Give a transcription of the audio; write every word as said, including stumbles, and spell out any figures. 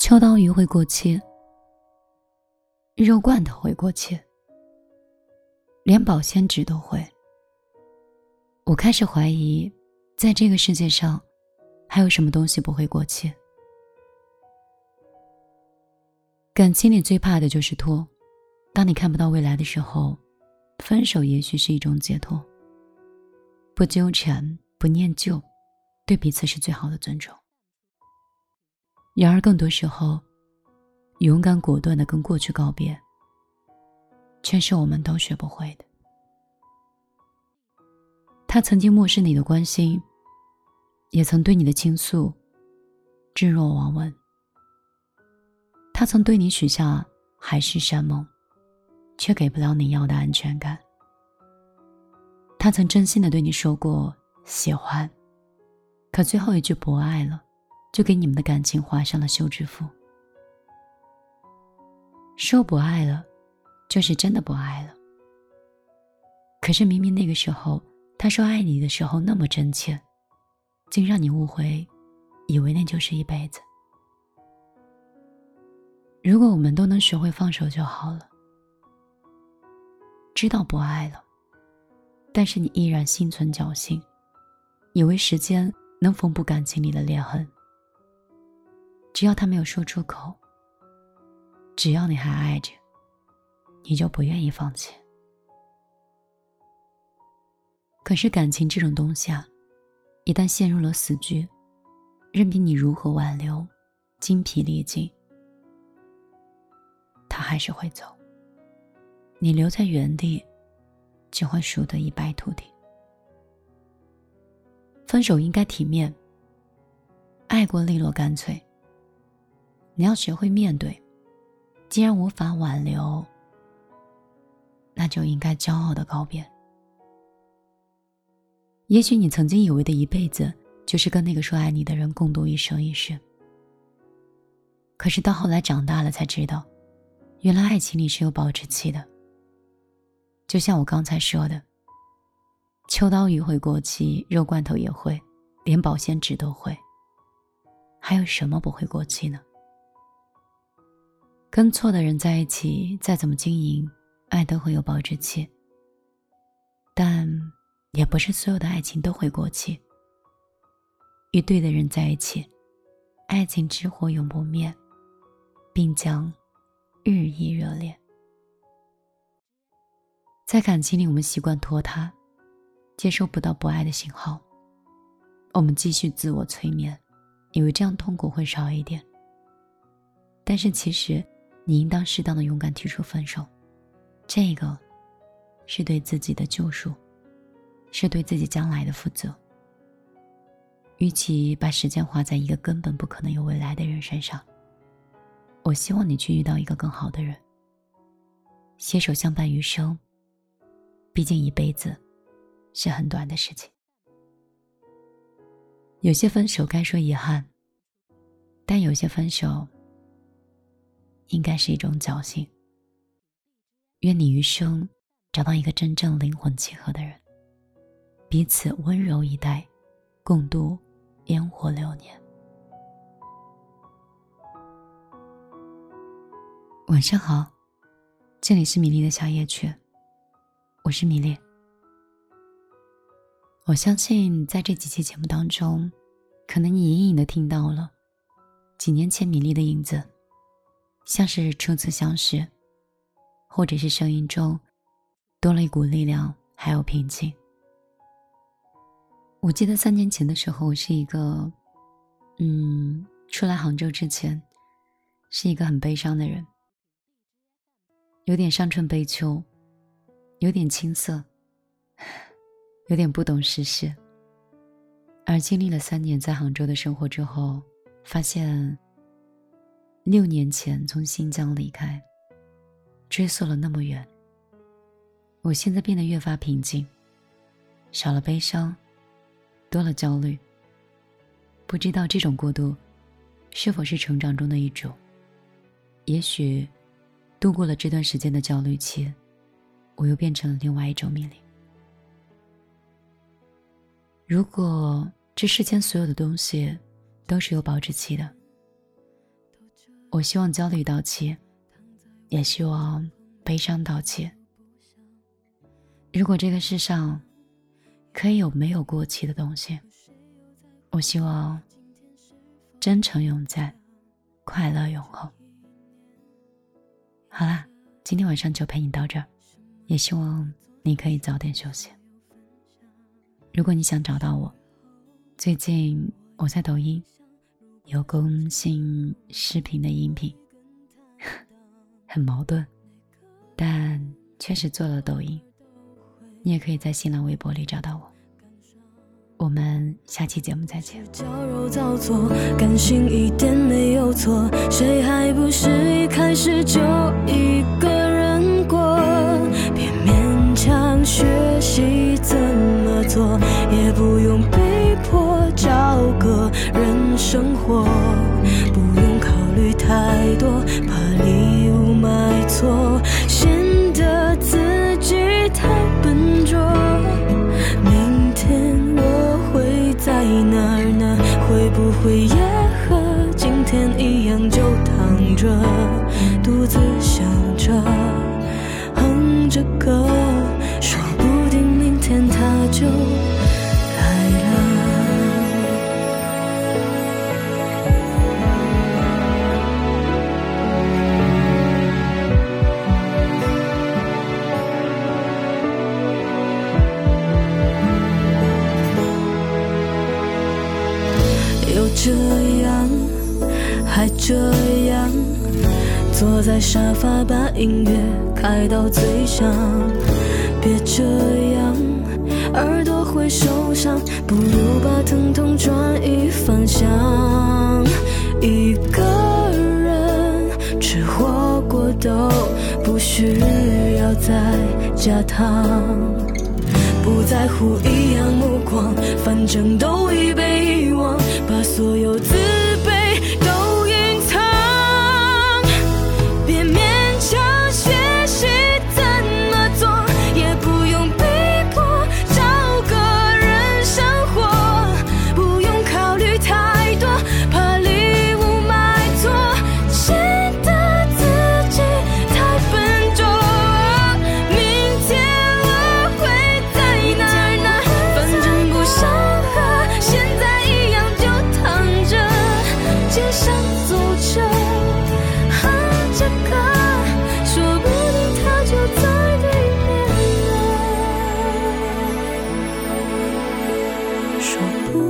秋刀鱼会过期，肉罐头会过期，连保鲜纸都会。我开始怀疑，在这个世界上还有什么东西不会过期。感情里最怕的就是拖，当你看不到未来的时候，分手也许是一种解脱。不纠缠，不念旧，对彼此是最好的尊重。然而更多时候，勇敢果断地跟过去告别，却是我们都学不会的。他曾经漠视你的关心，也曾对你的倾诉置若罔闻。他曾对你许下海誓山盟，却给不了你要的安全感。他曾真心地对你说过喜欢，可最后一句不爱了，就给你们的感情画上了休止符。说不爱了，就是真的不爱了。可是明明那个时候他说爱你的时候那么真切，竟让你误会，以为那就是一辈子。如果我们都能学会放手就好了。知道不爱了，但是你依然心存侥幸，以为时间能缝补感情里的裂痕。只要他没有说出口，只要你还爱着，你就不愿意放弃。可是感情这种东西啊，一旦陷入了死局，任凭你如何挽留，精疲力尽，他还是会走。你留在原地，只会输得一败涂地。分手应该体面，爱过利落干脆。你要学会面对，既然无法挽留，那就应该骄傲地告别。也许你曾经以为的一辈子，就是跟那个说爱你的人共度一生一世。可是到后来长大了才知道，原来爱情里是有保质期的。就像我刚才说的，秋刀鱼会过期，肉罐头也会，连保鲜纸都会。还有什么不会过期呢？跟错的人在一起，再怎么经营，爱都会有保质期。但也不是所有的爱情都会过期。与对的人在一起，爱情之火永不灭，并将日益热烈。在感情里，我们习惯拖沓，接收不到不爱的信号，我们继续自我催眠，以为这样痛苦会少一点。但是其实你应当适当的勇敢提出分手，这个是对自己的救赎，是对自己将来的负责。与其把时间花在一个根本不可能有未来的人身上，我希望你去遇到一个更好的人，携手相伴余生。毕竟一辈子是很短的事情。有些分手该说遗憾，但有些分手应该是一种侥幸。愿你余生找到一个真正灵魂契合的人，彼此温柔以待，共度烟火流年。晚上好，这里是米粒的小夜曲，我是米粒。我相信在这几期节目当中，可能你隐隐地听到了几年前米粒的影子，像是初次相识，或者是声音中多了一股力量，还有平静。我记得三年前的时候，我是一个嗯，出来杭州之前是一个很悲伤的人，有点伤春悲秋，有点青涩，有点不懂世事。而经历了三年在杭州的生活之后，发现六年前从新疆离开，追溯了那么远，我现在变得越发平静，少了悲伤，多了焦虑。不知道这种过渡是否是成长中的一种，也许度过了这段时间的焦虑期，我又变成了另外一种米粒。如果这世间所有的东西都是有保质期的， 我希望焦虑到期，也希望悲伤到期。如果这个世上可以有没有过期的东西，我希望真诚永在，快乐永恒。好啦，今天晚上就陪你到这儿，也希望你可以早点休息。如果你想找到我，最近我在抖音有更新视频的音频，很矛盾，但确实做了抖音。你也可以在新浪微博里找到我。我们下期节目再见。 矫揉造作，感性一点没有错，谁还不是一开始就一个人过？别勉强学习怎么做，也不用被迫找个人生活，不用考虑太多，怕礼物买错，显得自己太笨拙。明天我会在哪儿呢？会不会也和今天一样，就躺着独自想着哼着歌，说不定明天他就来了。又这样还这样，坐在沙发把音乐开到最响，别这样耳朵会受伤，不如把疼痛转移方向。一个人吃火锅都不需要再加糖，不在乎异样目光，反正都已被遗忘，把所有自卑都隐藏。别勉强学习怎么做，也不用被迫找个人生活，不用考虑太多，怕礼物买错，显得自己太笨拙。明天我会在哪儿呢？反正不想和现在一样，就躺着街上走着哼着歌，说不定他就在对面了，说不